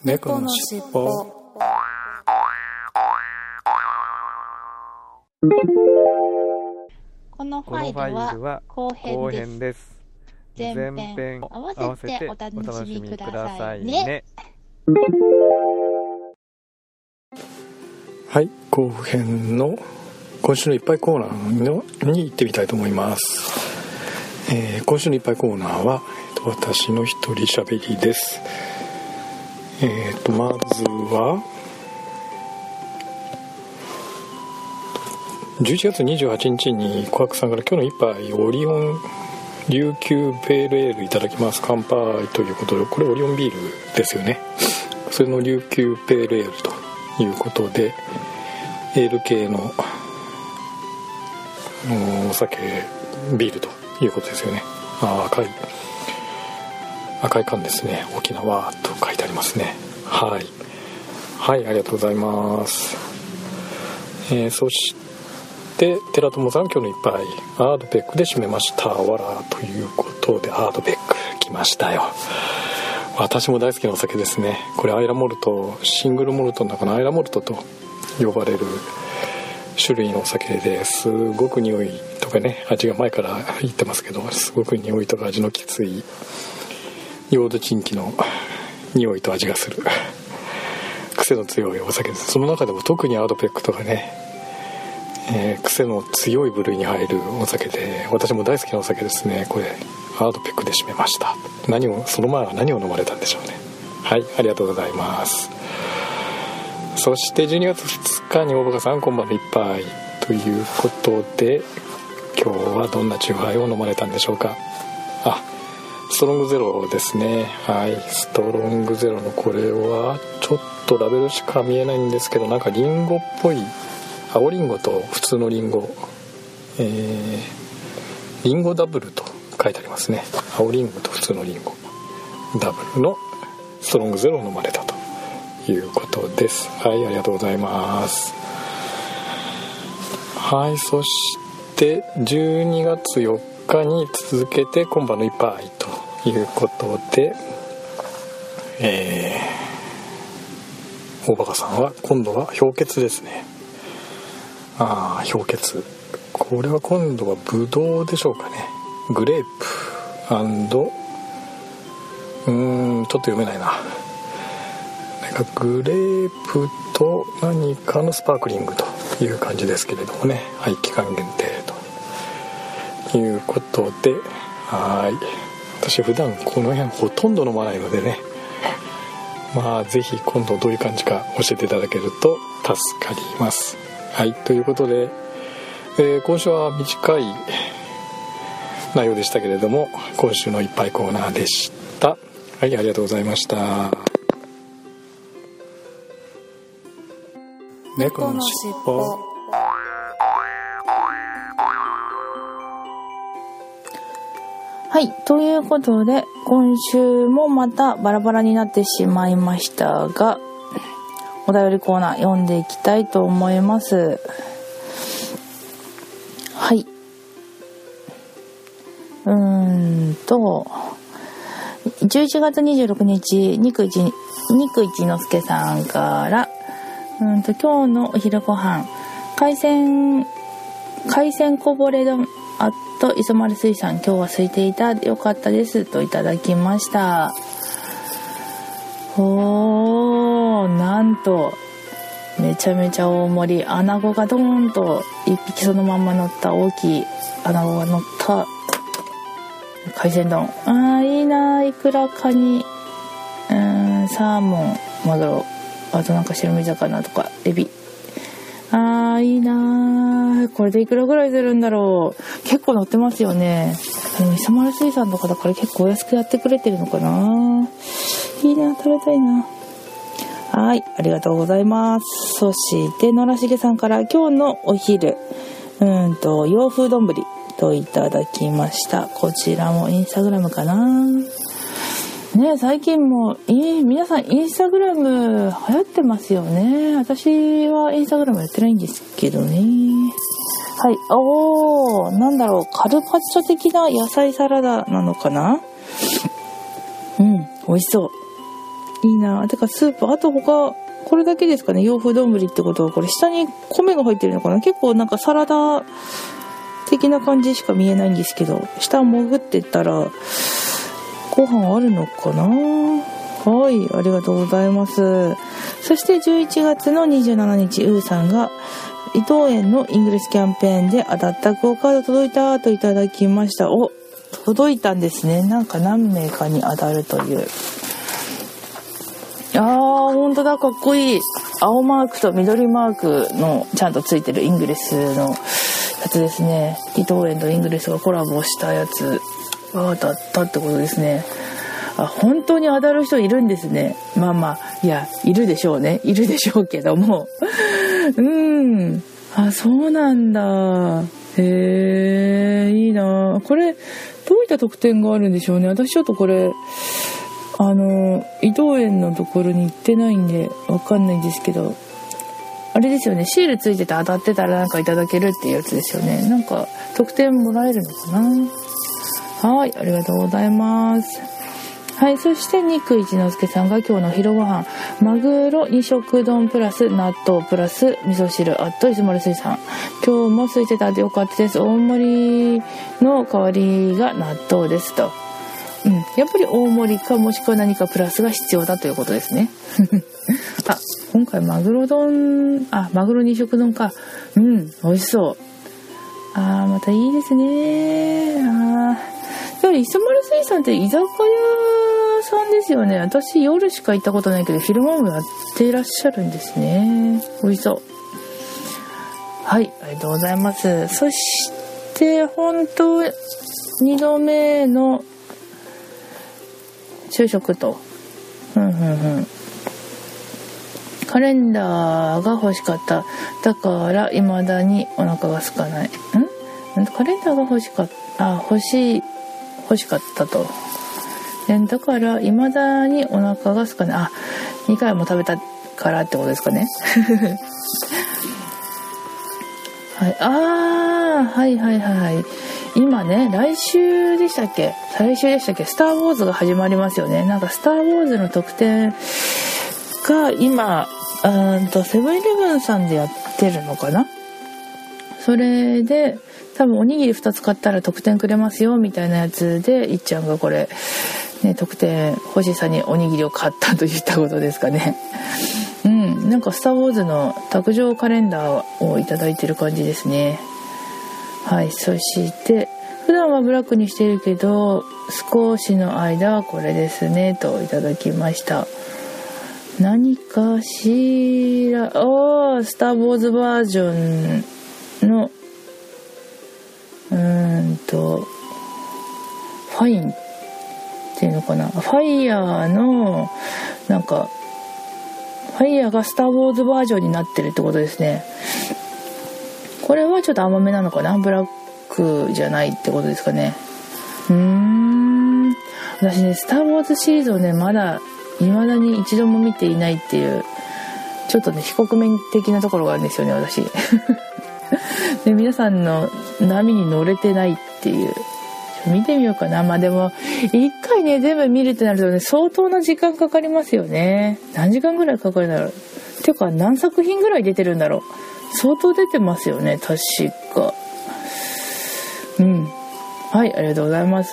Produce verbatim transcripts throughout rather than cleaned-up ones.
猫のしっぽ。 このファイルは後編です。前編合わせてお楽しみくださいね。 はい、後編の今週のいっぱいコーナーのに行ってみたいと思います。えー、今週のいっぱいコーナーは私の一人喋りです。えーとまずはじゅういちがつにじゅうはちにちに琥珀さんから今日の一杯オリオン琉球ペールエールいただきます乾杯ということで、これオリオンビールですよね。それの琉球ペールエールということでエール系のお酒ビールということですよね。あ、赤い赤い缶ですね。沖縄と書いてありますね。はいはい、ありがとうございます。えー、そして寺友さん今日の一杯アードベックで締めましたわらということで、アードベック来ましたよ。私も大好きなお酒ですね。これアイラモルト、シングルモルトの中のアイラモルトと呼ばれる種類のお酒ですごく匂いとかね、味が前から言ってますけど、すごく匂いとか味のきついヨードチンキの匂いと味がする癖の強いお酒です。その中でも特にアードベックとかね、えー、癖の強い部類に入るお酒で、私も大好きなお酒ですね。これアードベックで締めました。何をその前は何を飲まれたんでしょうね。はい、ありがとうございます。そしてじゅうにがつふつかに大バカさんこんばんの一杯ということで、今日はどんなチューハイを飲まれたんでしょうか。あ、ストロングゼロですね。はい、ストロングゼロのこれはちょっとラベルしか見えないんですけど、なんかリンゴっぽい、青リンゴと普通のリンゴ、えー、リンゴダブルと書いてありますね。青リンゴと普通のリンゴダブルのストロングゼロを飲まれたということです。はい、ありがとうございます。はい、そしてじゅうにがつよっかに続けて今晩の一杯ということで、えー、大バカさんは今度は氷結ですね。あー、氷結、これは今度はブドウでしょうかね。グレープ&うーんちょっと読めないな。なんかグレープと何かのスパークリングという感じですけれどもね。はい、期間限定ということで、はい、私普段この辺ほとんど飲まないのでね、まあぜひ今度どういう感じか教えていただけると助かります。はい、ということで、えー、今週は短い内容でしたけれども、今週のいっぱいコーナーでした。はい、ありがとうございました。猫のしっぽ。 はい、ということで今週もまたバラバラになってしまいましたが、お便りコーナー読んでいきたいと思います。はい、うーんとじゅういちがつにじゅうろくにちにくいちにくいちのすけさんから、うんと今日のお昼ご飯海鮮海鮮こぼれ丼あと磯丸水産、今日は空いていたよかったですといただきました。おー、なんとめちゃめちゃ大盛り、アナゴがドーンと一匹そのまんま乗った大きいアナゴが乗った海鮮丼。あー、いいな。イクラ、カニ、うーん、サーモン、マグロ、あとなんか白身魚とかエビ。あー、いいな。これでいくらぐらいするんだろう。結構乗ってますよね。磯丸水産とかだから結構お安くやってくれてるのかな。いいな、食べたいな。はい、ありがとうございます。そして野良重さんから今日のお昼うーんと洋風丼といただきました。こちらもインスタグラムかなね。最近もい皆さんインスタグラム流行ってますよね。私はインスタグラムやってないんですけどね。はい、おー、なんだろう、カルパッチョ的な野菜サラダなのかな。うん、美味しそう。 いいな。てかスープ、あと他これだけですかね。洋風丼ってことはこれ下に米が入ってるのかな。結構なんかサラダ的な感じしか見えないんですけど、下潜ってったらご飯あるのかな。はい、ありがとうございます。そしてじゅういちがつのにじゅうしちにち、うーさんが伊藤園のイングリスキャンペーンで当たったクオカード届いたといただきました。お、届いたんですね。なんか何名かに当たるという。あー、ほんとだ、かっこいい。青マークと緑マークのちゃんとついてるイングリスのやつですね。伊藤園とイングリスがコラボしたやつが当たったってことですね。あ、本当に当たる人いるんですね。まあまあ、いや、いるでしょうね。いるでしょうけども。うん。あ、そうなんだ。へえ、いいな。これ、どういった特典があるんでしょうね。私ちょっとこれ、あの、伊藤園のところに行ってないんで、わかんないんですけど、あれですよね。シールついてて当たってたらなんかいただけるっていうやつですよね。なんか、特典もらえるのかな。はい、ありがとうございます。はい、そして肉一之輔さんが今日の昼ご飯、マグロに食丼プラス納豆プラス味噌汁あっといつもる水産。今日も空いてたんでよかったです。大盛りの代わりが納豆ですと。うん、やっぱり大盛りかもしくは何かプラスが必要だということですね。あ、今回マグロ丼、あ、マグロに食丼か。うん、美味しそう。あー、またいいですね。あー。やはり磯丸水産って居酒屋さんですよね。私夜しか行ったことないけど昼間もやっていらっしゃるんですね。美味しそう。はい、ありがとうございます。そして本当にどめの昼食と、うんうんうん、カレンダーが欲しかった。だから未だにお腹が空かない。ん？カレンダーが欲しかった。あ、欲しい。欲しかったと。だから未だにお腹が空かない。あ、にかいも食べたからってことですかね。はい、あー、はいはいはい。今ね、来週でしたっけ？来週でしたっけ？スターウォーズが始まりますよね。なんかスターウォーズの特典が今、うんとセブンイレブンさんでやってるのかな？それで多分おにぎりふたつ買ったら特典くれますよみたいなやつで、いっちゃんがこれ、ね、特典星さんにおにぎりを買ったといったことですかね。うん、なんかスターウォーズの卓上カレンダーをいただいてる感じですね。はい、そして普段はブラックにしているけど少しの間はこれですねといただきました。何かしら、おー、スターウォーズバージョンのうーんとファインっていうのかな、ファイヤーのなんかファイヤーがスターウォーズバージョンになってるってことですね。これはちょっと甘めなのかな、ブラックじゃないってことですかね。うーん、私ねスターウォーズシリーズをねまだ未だに一度も見ていないっていうちょっとね非国民的なところがあるんですよね私。で皆さんの波に乗れてないっていう。見てみようかな。まあでも一回ね全部見るってなるとね相当な時間かかりますよね。何時間ぐらいかかるんだろう。っていうか何作品ぐらい出てるんだろう。相当出てますよね確か。うん、はい、ありがとうございます。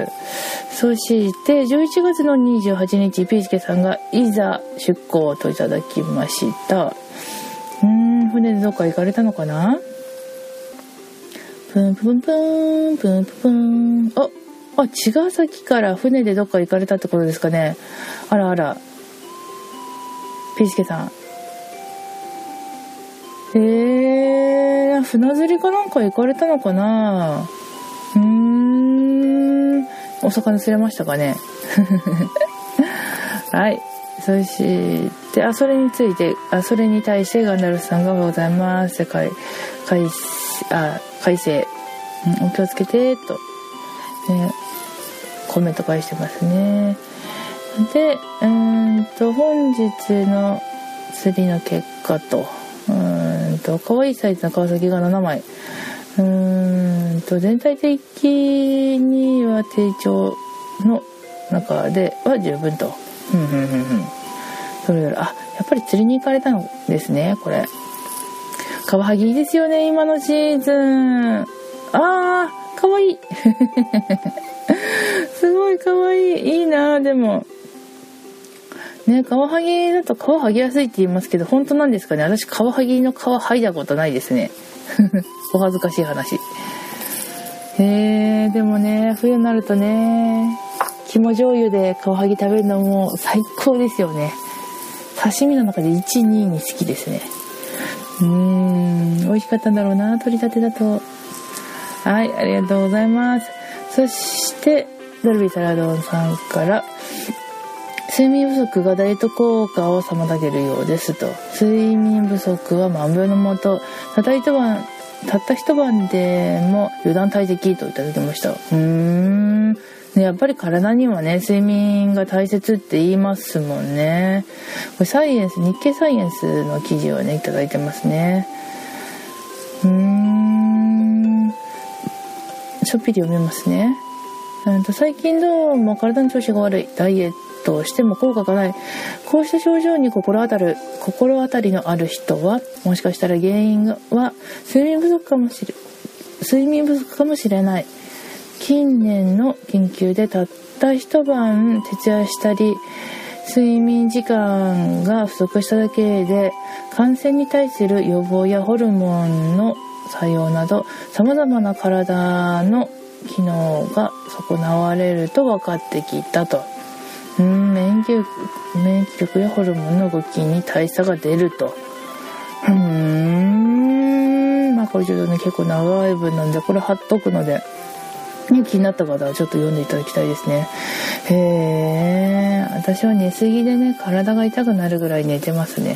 そしてじゅういちがつのにじゅうはちにちピースケさんがいざ出港といただきました。うーん、船でどっか行かれたのかな。プンプンプンプンプン。あ、あ、茅ヶ崎から船でどっか行かれたってことですかね。あらあら、ピースケさん。えー、船釣りかなんか行かれたのかな。うーん、お魚釣れましたかね。はい。そしてあそれについてあそれに対してガンダルフさんがございます世界海あ海星、うん、お気をつけてと、ね、コメント返してますね。でうーんと本日の釣りの結果とうーんと可愛いサイズの川崎がななまい、うーんと全体的には低調の中では十分と、うんうんうんうん、 どれどれ、あ、やっぱり釣りに行かれたのですね、これ。カワハギいいですよね、今のシーズン。あー、かわいい。すごいかわいい。いいな、でも。ね、カワハギだと皮剥ぎやすいって言いますけど、本当なんですかね。私、カワハギの皮剥いだことないですね。お恥ずかしい話。へー、でもね、冬になるとね、肝醤油でカワハギ食べるのも最高ですよね。刺身の中でいち、にいに好きですね。うーん、美味しかったんだろうな、取り立てだと。はい、ありがとうございます。そしてドルビーサラドンさんから、睡眠不足がダイエット効果を妨げるようですと。睡眠不足は万病のもと、たった一晩たった一晩でも油断大敵といただきました。うーん、ね、やっぱり体にはね、睡眠が大切って言いますもんね。これサイエンス、日経サイエンスの記事をね、いただいてますね。うーん、ちょっぴり読みますね。うんと、最近どうも体の調子が悪い、ダイエットをしても効果がない、こうした症状に心当たる心当たりのある人は、もしかしたら原因は睡眠不足かもしれ睡眠不足かもしれない。近年の研究でたった一晩徹夜したり、睡眠時間が不足しただけで感染に対する予防やホルモンの作用など様々な体の機能が損なわれると分かってきたと。うん、免疫力、免疫力やホルモンの動きに大差が出ると。うーん、まあこれちょっとね、結構長い文なんでこれ貼っとくので、ね、気になった方はちょっと読んでいただきたいですね。へー、私は寝すぎでね、体が痛くなるぐらい寝てますね。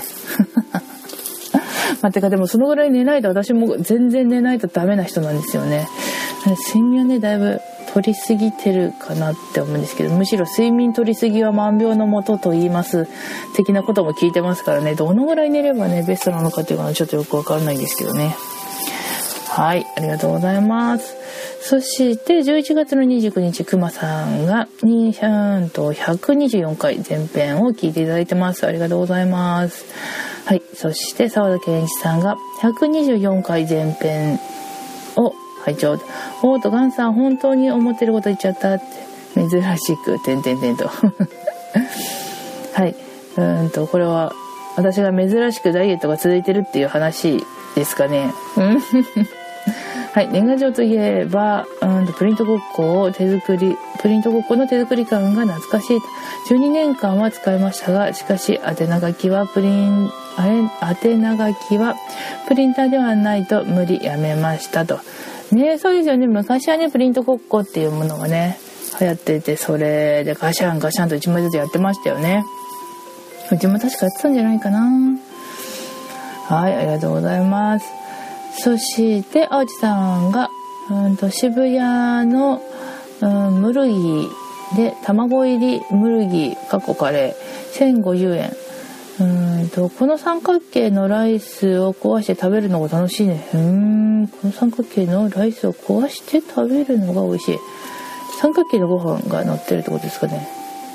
まあ、てかでもそのぐらい寝ないと、私も全然寝ないとダメな人なんですよね。睡眠はね、だいぶ取りすぎてるかなって思うんですけど、むしろ睡眠取りすぎは万病のもとと言います的なことも聞いてますからね、どのぐらい寝ればねベストなのかっていうのはちょっとよくわかんないんですけどね。はい、ありがとうございます。そしてじゅういちがつのにじゅうくにち、くまさんがにひゃくにじゅうよんかい前編を聞いていただいてます。ありがとうございます。はい、そして沢田健一さんがひゃくにじゅうよんかい前編を拝聴。おーと、ガンさん本当に思ってること言っちゃったって珍しくてんてんてんとはい、うーんとこれは私が珍しくダイエットが続いてるっていう話ですかね。はい、年賀状といえばうんとプリントごっこを手作りプリントごっこの手作り感が懐かしいと。じゅうにねんかんは使いましたが、しかし宛名書きはプリンあれ宛名書きはプリンターではないと無理、やめましたと。ね、そうですよね。昔はね、プリントごっこっていうものがね流行ってて、それでガシャンガシャンといちまいずつやってましたよね。うちも確かやってたんじゃないかな。はい、ありがとうございます。そして青地さんがうんと渋谷の、うん、ムルギで卵入りムルギかっこカレーせんごじゅうえん。うんとこの三角形のライスを壊して食べるのが楽しいね。うーん、この三角形のライスを壊して食べるのが美味しい。三角形のご飯が乗ってるってことですかね。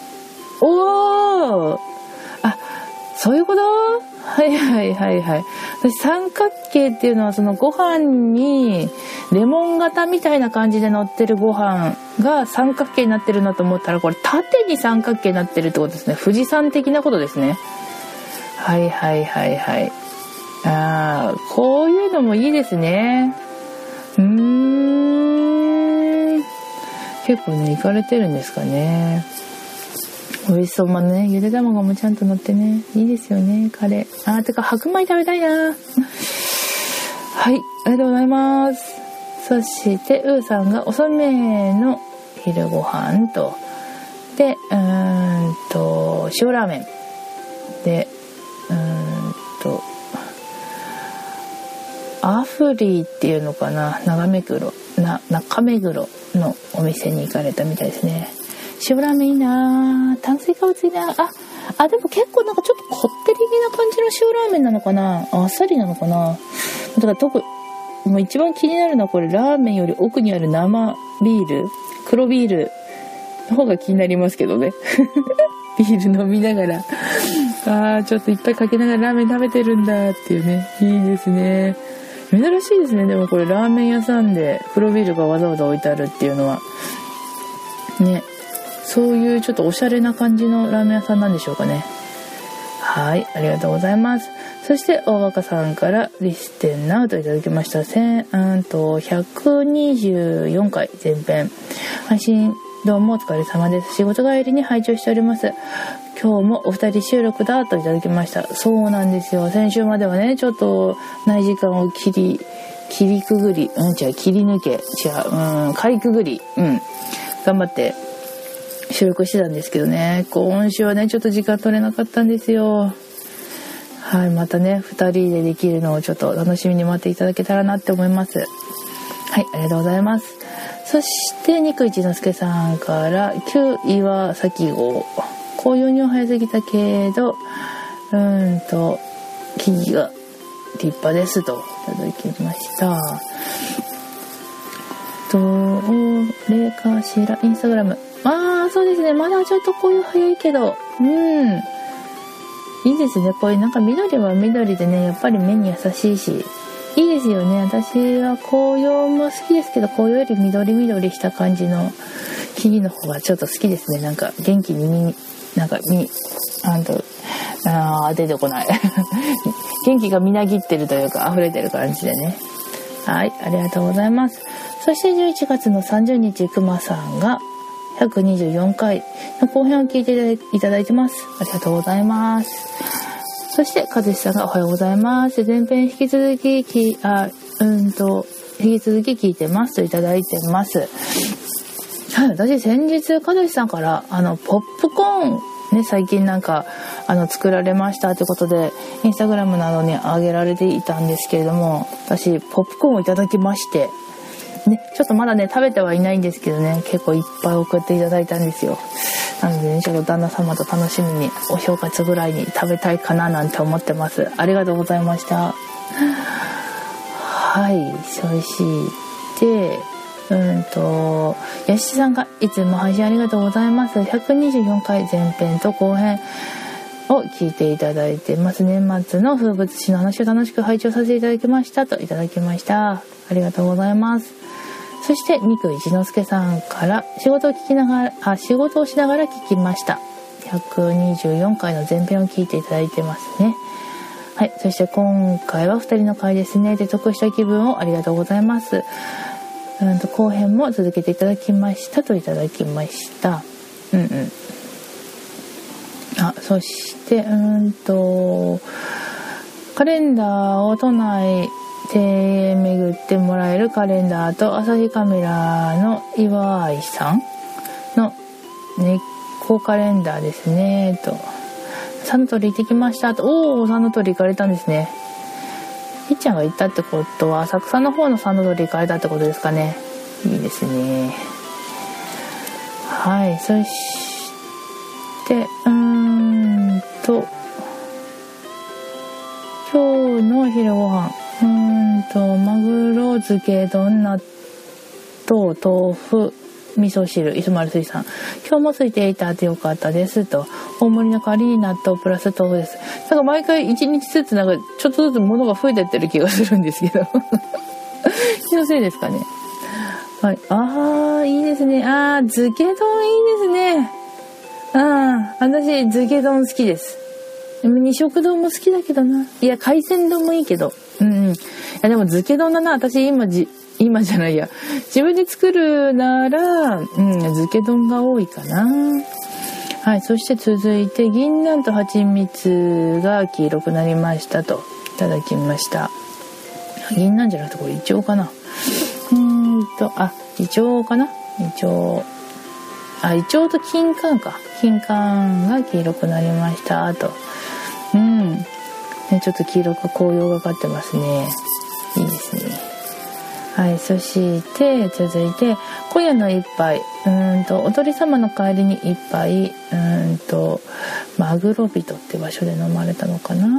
おー、あ、そういうこと？はいはいはいはい。私三角形っていうのはそのご飯にレモン型みたいな感じで乗ってるご飯が三角形になってるなと思ったら、これ縦に三角形になってるってことですね。富士山的なことですね。はいはいはいはい。ああ、こういうのもいいですね。うーん、結構ね、いかれてるんですかね。美味しそう。まあね、ゆで卵もちゃんと乗ってね、いいですよね、カレー。あー、てか白米食べたいな。はい、ありがとうございます。そしてうーさんが遅めの昼ご飯と、でうーんと塩ラーメンで、うーんとアフリーっていうのかな、中目黒な中目黒のお店に行かれたみたいですね。塩ラーメンいいな、炭水化物いいな。ああ、でも結構なんかちょっとこってりな感じの塩ラーメンなのかな、あっさりなのかな。だから特もう一番気になるのはこれ、ラーメンより奥にある生ビール、黒ビールの方が気になりますけどねビール飲みながらああ、ちょっといっぱいかけながらラーメン食べてるんだっていうね。いいですね。珍しいですね。でもこれラーメン屋さんで黒ビールがわざわざ置いてあるっていうのはね、そういうちょっとおしゃれな感じのラーメン屋さんなんでしょうかね。はい、ありがとうございます。そして大若さんからリステンナウといただきました。千うんとひゃくにじゅうよんかい前編配信どうもお疲れ様です。仕事帰りに拝聴しております。今日もお二人収録だといただきました。そうなんですよ。先週まではね、ちょっとない時間を切り切りくぐり、うん違う切り抜け違ううんかいくぐりうん頑張って収録してたんですけどね、今週はねちょっと時間取れなかったんですよ。はい、またねふたりでできるのをちょっと楽しみに待っていただけたらなって思います。はい、ありがとうございます。そして肉一之輔さんから旧岩崎号紅葉には早すぎたけどうーんと木々が立派ですといただきました。どれかしらインスタグラム、ああそうですね、まだちょっと紅葉早いけどうんいいですね。こういうなんか緑は緑でねやっぱり目に優しいしいいですよね。私は紅葉も好きですけど紅葉より緑緑した感じの木々の方がちょっと好きですね。なんか元気にみなんかみあんとあー出てこない元気がみなぎってるというか溢れてる感じでね。はい、ありがとうございます。そしてじゅういちがつのさんじゅうにちくまさんがひゃくにじゅうよんかいの後編を聞いていただいてます。ありがとうございます。そして和志さんがおはようございます。前編引き続ききあうんと引き続き聞いてますといただいてます。はい、私先日和志さんからあのポップコーンね最近なんかあの作られましたということでインスタグラムなどに上げられていたんですけれども、私ポップコーンをいただきましてね、ちょっとまだね食べてはいないんですけどね結構いっぱい送っていただいたんですよ。なのでねちょっと旦那様と楽しみにお正月ぐらいに食べたいかななんて思ってます。ありがとうございました。はい、そしてうんとやしさんがいつも配信ありがとうございます。ひゃくにじゅうよんかい前編と後編を聞いていただいてます。年末の風物詩の話を楽しく拝聴させていただきましたといただきました。ありがとうございます。そして肉一之輔さんから仕事を聞きながらあ仕事をしながら聞きました。ひゃくにじゅうよんかいの前編を聞いていただいてますね。はい、そして今回はふたりの回ですね。で得した気分をありがとうございます。うんと後編も続けていただきましたといただきました。うんうん。あ、そしてうんとカレンダーを都内で巡ってもらえるカレンダーと朝日カメラの岩井さんの猫カレンダーですねと三の鳥行ってきましたと。おお三の鳥行かれたんですね。ひっちゃんが行ったってことは浅草の方の三の鳥行かれたってことですかね。いいですね。はい、そしてうーんと今日のお昼ご飯うーんとマグロ漬け丼納豆豆腐味噌汁磯丸水産今日も空いていたってよかったですと。大盛りの代わりに納豆プラス豆腐です。なんか毎回一日ずつなんかちょっとずつ物が増えてってる気がするんですけど気のせいですかね。はい、あーいいですね。あー漬け丼いいですね。あー私漬け丼好きです。でも二色丼も好きだけどな。いや海鮮丼もいいけどうん、うん、いやでも漬け丼だな。私今じ今じゃないや自分で作るなら、うん、漬け丼が多いかな。はい、そして続いて銀杏と蜂蜜が黄色くなりましたといただきました。銀杏じゃなくてこれイチョウかな。うーんとあイチョウかな。イチョウあイチョウと金柑か。金柑が黄色くなりましたと。うんね、ちょっと黄色く紅葉がかってますね。いいですね。はい、そして続いて今夜の一杯うーんとおとり様の帰りに一杯うーんとマグロ人って場所で飲まれたのかな。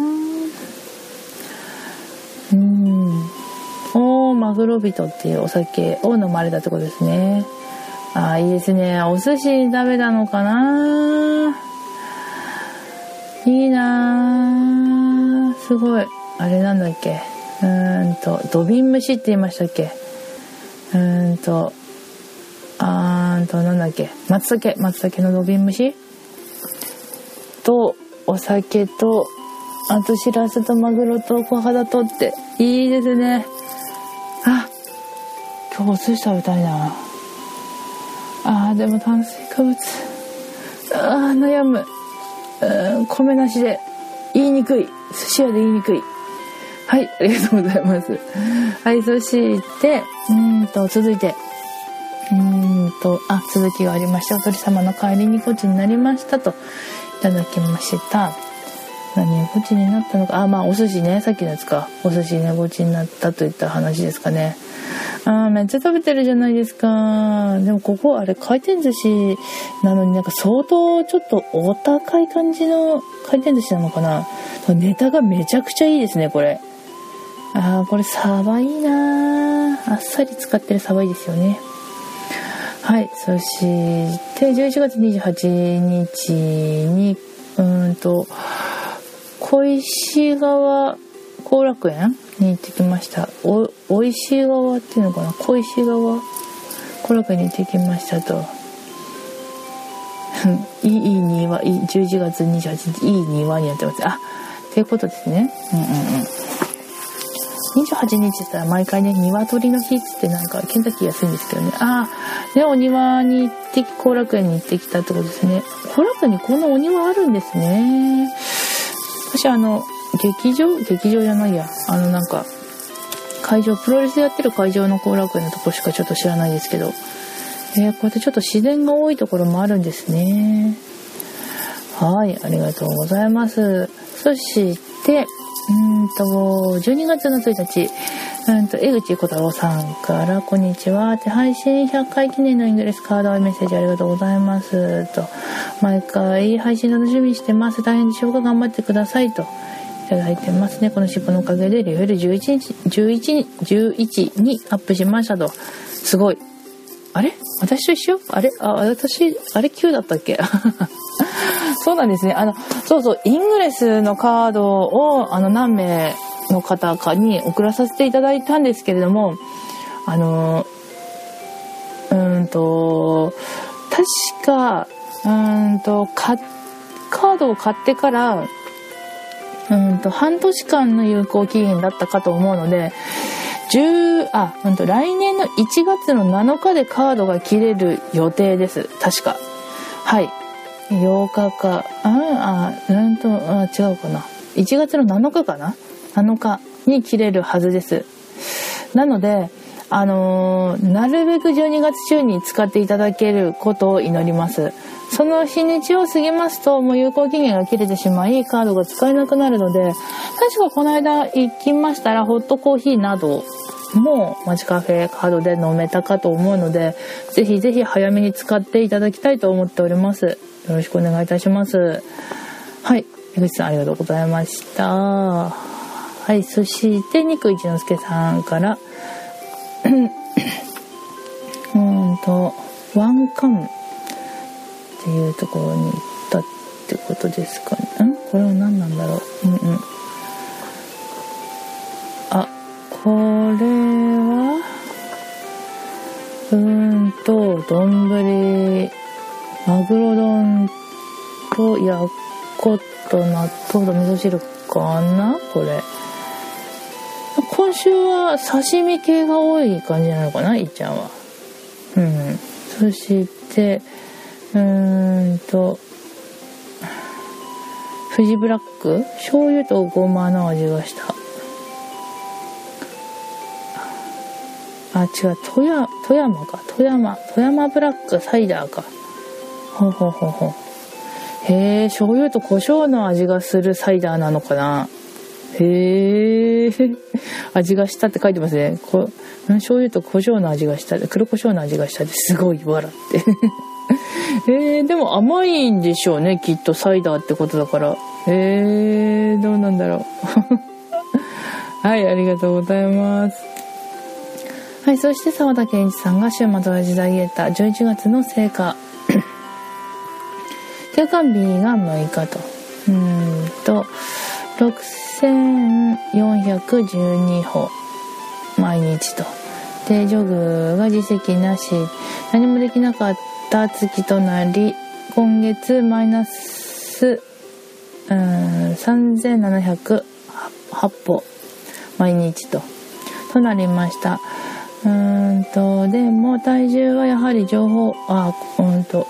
うんおマグロ人っていうお酒を飲まれたってことですね。あいいですね。お寿司食べたのかな。 いいなー、すごい。あれなんだっけ、うーんと土瓶蒸しって言いましたっけ、うーんとあーんとなんだっけ、松茸松茸の土瓶蒸しとお酒と、あとしらすとマグロと小肌とっていいですね。あ、今日お寿司食べたいなあ。ーでも炭水化物、あー悩む。うーん、米なしで言いにくい、寿司屋で言いにくい。はい、ありがとうございます。はい、そしてうーんと続いてうーんとあ続きがありました。お鳥様の帰りにごちになりましたといただきました。何ごちになったのか、あまあお寿司ね、さっきのやつか、お寿司ねごちになったといった話ですかね。あーめっちゃ食べてるじゃないですか。でもここあれ回転寿司なのになんか相当ちょっとお高い感じの回転寿司なのかな。ネタがめちゃくちゃいいですねこれ。あーこれサバいいな、あっさり使ってるサバいいですよね。はい、そしてじゅういちがつにじゅうはちにちにうーんと小石川後楽園に行ってきました。お、お石川っていうのかな、小石川後楽園に行ってきましたと。いい、いい庭、いいじゅういちがつにじゅうはちにちいい庭になってます。あ、っていうことですね。うんうんうん。にじゅうはちにちだったら毎回ね、鶏の日っつってなんかケンタッキー安いんですけどね。ああ、ね、お庭に行って後楽園に行ってきたってことですね。後楽園にこんなお庭あるんですね。私あの劇場劇場じゃないやあのなんか会場プロレスやってる会場の後楽園のとこしかちょっと知らないですけど、えー、こうやってちょっと自然が多いところもあるんですね。はい、ありがとうございます。そしてうんとじゅうにがつのついたち、うんと江口小太郎さんからこんにちはって配信ひゃっかい記念のイングレスカードメッセージありがとうございますと、毎回配信楽しみにしてます、大変でしょうか、頑張ってくださいといただいてますね。このシップのおかげでレベルじゅういちにじゅういちにじゅういちにアップしましたと。すごい。あれ私と一緒、あれあ私あれきゅうだったっけそうなんですね。あのそうそうイングレスのカードをあの何名の方かに送らさせていただいたんですけれども、あのうーんと確かうーんとカードを買ってからうーんと半年間の有効期限だったかと思うので、じゅうあうんと来年のいちがつのなのかでカードが切れる予定です。確か。はい。ようかか、ああ、うんと、あ違うかな。いちがつのなのかかな ?なのかに切れるはずです。なので、あのー、なるべくじゅうにがつ中に使っていただけることを祈ります。その日にちを過ぎますと、もう有効期限が切れてしまい、カードが使えなくなるので、確かこの間行きましたら、ホットコーヒーなどもマチカフェカードで飲めたかと思うので、ぜひぜひ早めに使っていただきたいと思っております。よろしくお願いいたします。はい、江口さんありがとうございました。はい、そして肉一之輔さんからうんとワンカンっていうところに行ったってことですかね。んこれは何なんだろう。うんうん。あ、これはうーんと丼マグロ丼とやっこと納豆と味噌汁かなこれ。今週は刺身系が多い感じなのかな、いっちゃんは。うん。そしてうーんと富士ブラック醤油とごまの味がした。あ、違う、富山富山か富山富山ブラックサイダーか。ほうほうほうほう。へえ、醤油と胡椒の味がするサイダーなのかな。へえ、味がしたって書いてますね。こ醤油と胡椒の味がした、黒胡椒の味がしたってすごい笑ってえー、でも甘いんでしょうね、きっとサイダーってことだから。えー、どうなんだろうはい、ありがとうございます。はい、そして沢田健一さんが週末は時代エータじゅういちがつの成果休館日がむいかと。うーんとろくせんよんひゃくじゅうにほ毎日と。でジョグが実績なし、何もできなかった月となり、今月マイナスうんさんぜんななひゃくはち歩毎日ととなりました。うーんとでも体重はやはり情報あうんと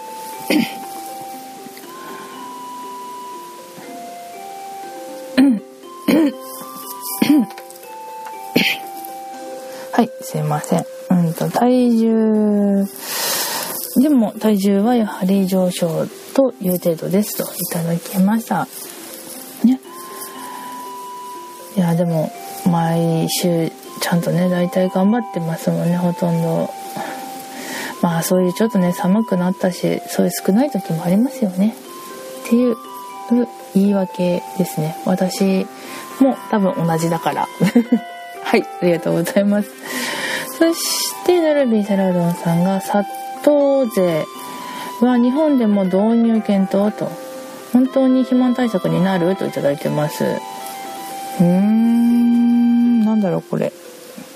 はいすいません。うんと体重でも体重はやはり上昇という程度ですといただきましたね。いやでも毎週ちゃんとねだいたい頑張ってますもんね。ほとんどまあそういうちょっとね寒くなったし、そういう少ない時もありますよねっていう言い訳ですね。私も多分同じだからはいありがとうございます。そしてナルビーサラドンさんが砂糖税は日本でも導入検討と、本当に肥満対策になるといただいてます。うーんなんだろうこれ、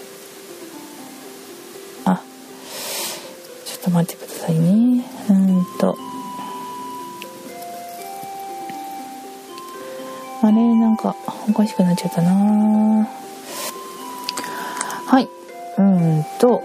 あちょっと待ってくださいね。うーんとあれなんかおかしくなっちゃったな。はい、うーんと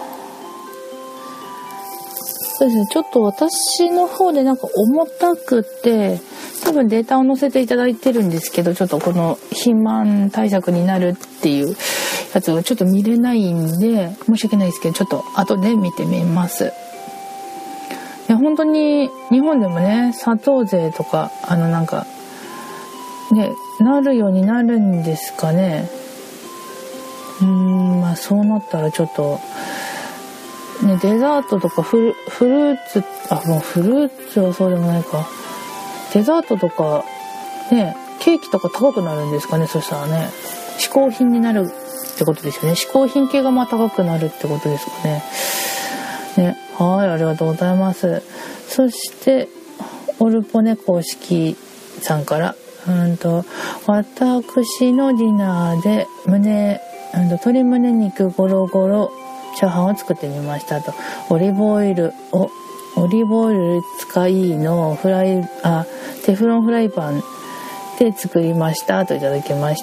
そうですね、ちょっと私の方でなんか重たくて多分データを載せていただいてるんですけど、ちょっとこの肥満対策になるっていうやつをちょっと見れないんで申し訳ないですけど、ちょっと後で見てみます。いや本当に日本でもね砂糖税とかあのなんかねなるようになるんですかね。うーんまあそうなったらちょっとね、デザートとかフル、フルーツあもうフルーツはそうでもないか、デザートとかねケーキとか高くなるんですかね。そしたらね嗜好品になるってことですよね。嗜好品系がまあ高くなるってことですかね。ねはいありがとうございます。そしてオルポネ公式さんからうんと私のディナーで胸うんと鶏胸肉ゴロゴロチャーハンを作ってみましたと。オリーブオイルをオリーブオイル使いのフライあテフロンフライパンで作りましたといただきました。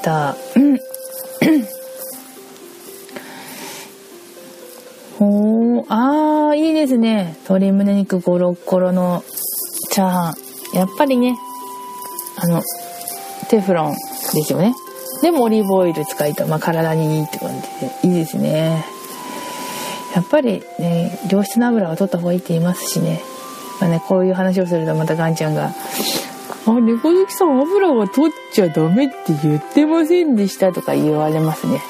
おーあーいいですね。鶏胸肉ゴロゴロのチャーハン、やっぱりねあのテフロンですよね。でもオリーブオイル使いと、まあ、体にいいって感じでいいですね。やっぱりね良質な油は取った方がいいって言いますしね。まあねこういう話をするとまたガンちゃんがあ猫好きさん油は取っちゃダメって言ってませんでしたとか言われますね。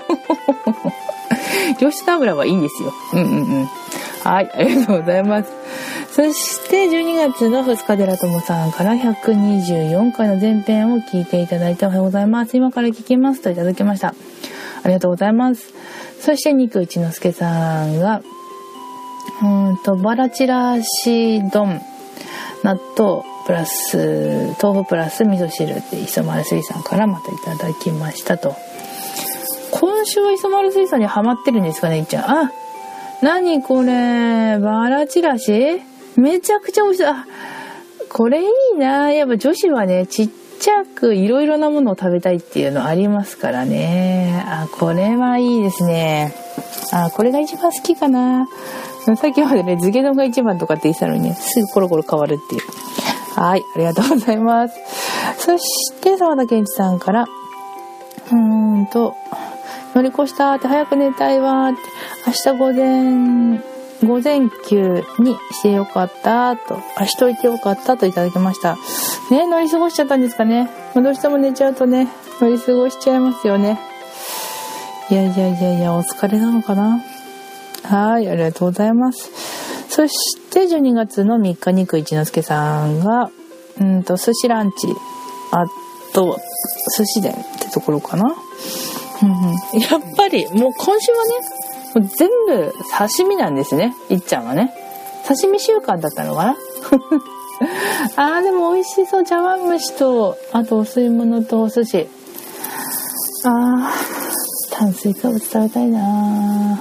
良質な油はいいんですよ。うんうんうん。はいありがとうございます。そしてじゅうにがつのふつか寺友さんからひゃくにじゅうよんかいの前編を聞いていただいておはようございます。今から聞きますといただきました。ありがとうございます。そして肉一之輔さんがうーんとバラチラシ丼納豆プラス豆腐プラス味噌汁で磯丸水産からまたいただきましたと。今週は磯丸水産にハマってるんですかねいっちゃん。あ何これバラチラシめちゃくちゃ美味しい。あこれいいな。やっぱ女子はねちっちゃくいろいろなものを食べたいっていうのありますからね。あこれはいいですね。あこれが一番好きかな。さっきまでね漬け丼が一番とかって言ってたのにねすぐコロコロ変わるっていう。はいありがとうございます。そして沢田健一さんからうーんと乗り越したって早く寝たいわって明日午前午前休にしてよかったと明日といてよかったといただきましたね。乗り過ごしちゃったんですかね。どうしても寝ちゃうとね乗り過ごしちゃいますよね。いやいやいやいやお疲れなのかな。はいありがとうございます。そしてじゅうにがつのみっか肉一之輔さんがうんと寿司ランチあと寿司店ってところかな。うんうん、やっぱりもう今週はねもう全部刺身なんですね。いっちゃんはね刺身習慣だったのかな。 あーでも美味しそう。茶碗蒸しとあとお吸い物とお寿司。あー炭水化物食べたいな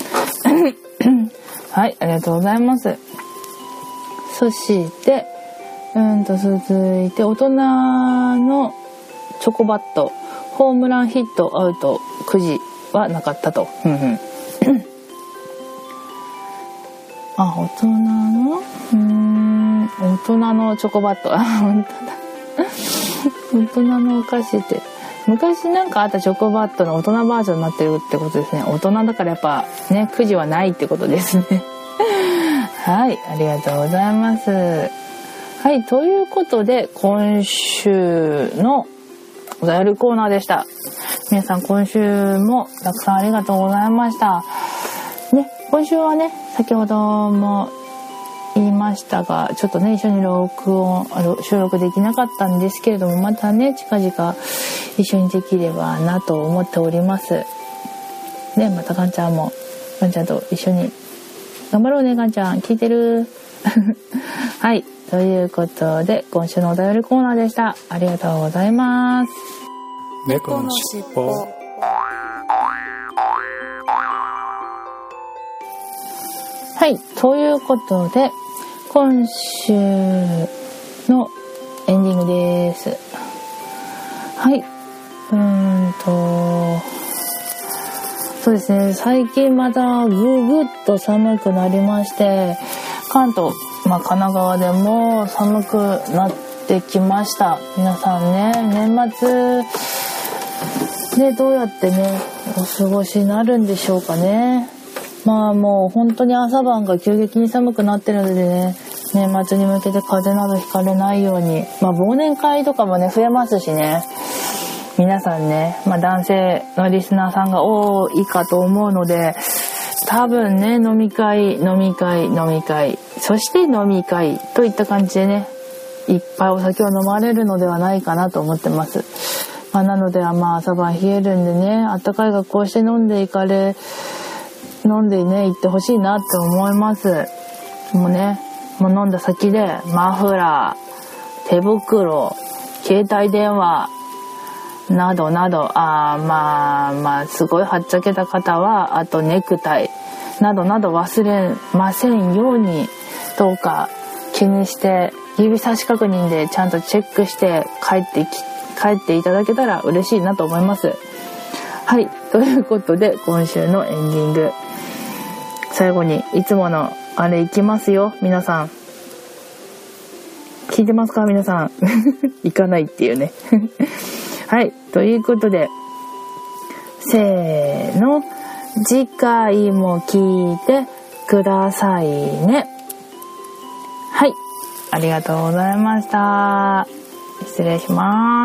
はい、ありがとうございます。そしてうんと続いて大人のチョコバットホームランヒットアウトくじはなかったと。うんうんあ、大人のうーん大人のチョコバット。あ、本当だ大人のお菓子って昔なんかあったチョコバットの大人バージョンになってるってことですね。大人だからやっぱねくじはないってことですねはい、ありがとうございます。はい、ということで今週のお便りコーナーでした。皆さん今週もたくさんありがとうございましたね。今週はね先ほども言いましたがちょっとね一緒に録音収録できなかったんですけれども、またね近々一緒にできればなと思っておりますね。またガンちゃんもガンちゃんと一緒に頑張ろうね。ガンちゃん聞いてるはいということで今週のお便りコーナーでした。ありがとうございます。 猫のしっぽ。 はい、ということで今週のエンディングです。はい、うーんとそうですね、最近またぐぐっと寒くなりまして、関東、まあ、神奈川でも寒くなってきました。皆さんね、年末ねどうやってねお過ごしになるんでしょうかね。まあもう本当に朝晩が急激に寒くなってるのでね、年末に向けて風邪などひかれないように、まあ忘年会とかもね増えますしね、皆さんね、まあ男性のリスナーさんが多いかと思うので、多分ね飲み会飲み会飲み会そして飲み会といった感じでねいっぱいお酒を飲まれるのではないかなと思ってます。まあ、なのでまあ朝晩冷えるんでね、あったかいがこうして飲んでいかれ飲んでね行ってほしいなって思います。もうねもう飲んだ先でマフラー、手袋、携帯電話などなど、あまあまあすごいはっちゃけた方はあとネクタイなどなど忘れませんように、どうか気にして指差し確認でちゃんとチェックして帰ってき帰っていただけたら嬉しいなと思います。はい、ということで今週のエンディング、最後にいつものあれいきますよ。皆さん聞いてますか？皆さん行かないっていうねはい、ということでせーの、次回も聞いてくださいね。はい、ありがとうございました。失礼します。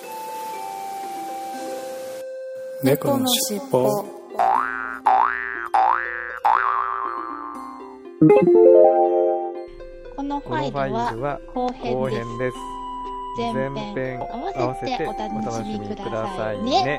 猫のしっぽ。 このファイルは後編です。前編合わせてお楽しみくださいね。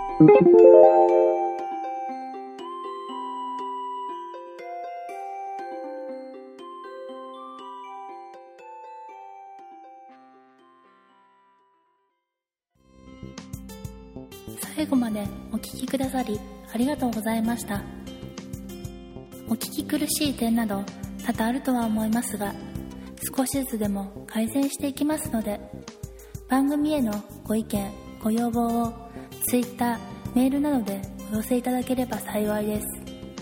最後までお聞きくださりありがとうございました。お聞き苦しい点など多々あるとは思いますが、少しずつでも改善していきますので、番組へのご意見ご要望を Twitter、メールなどでお寄せいただければ幸いです。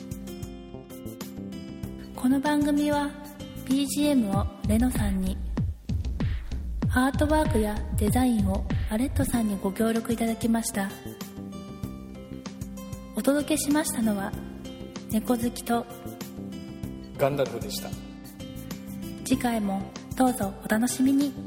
この番組は ビージーエム をレノさんに、アートワークやデザインをアレットさんにご協力いただきました。お届けしましたのは猫好きとガンダルフでした。 次回もどうぞお楽しみに。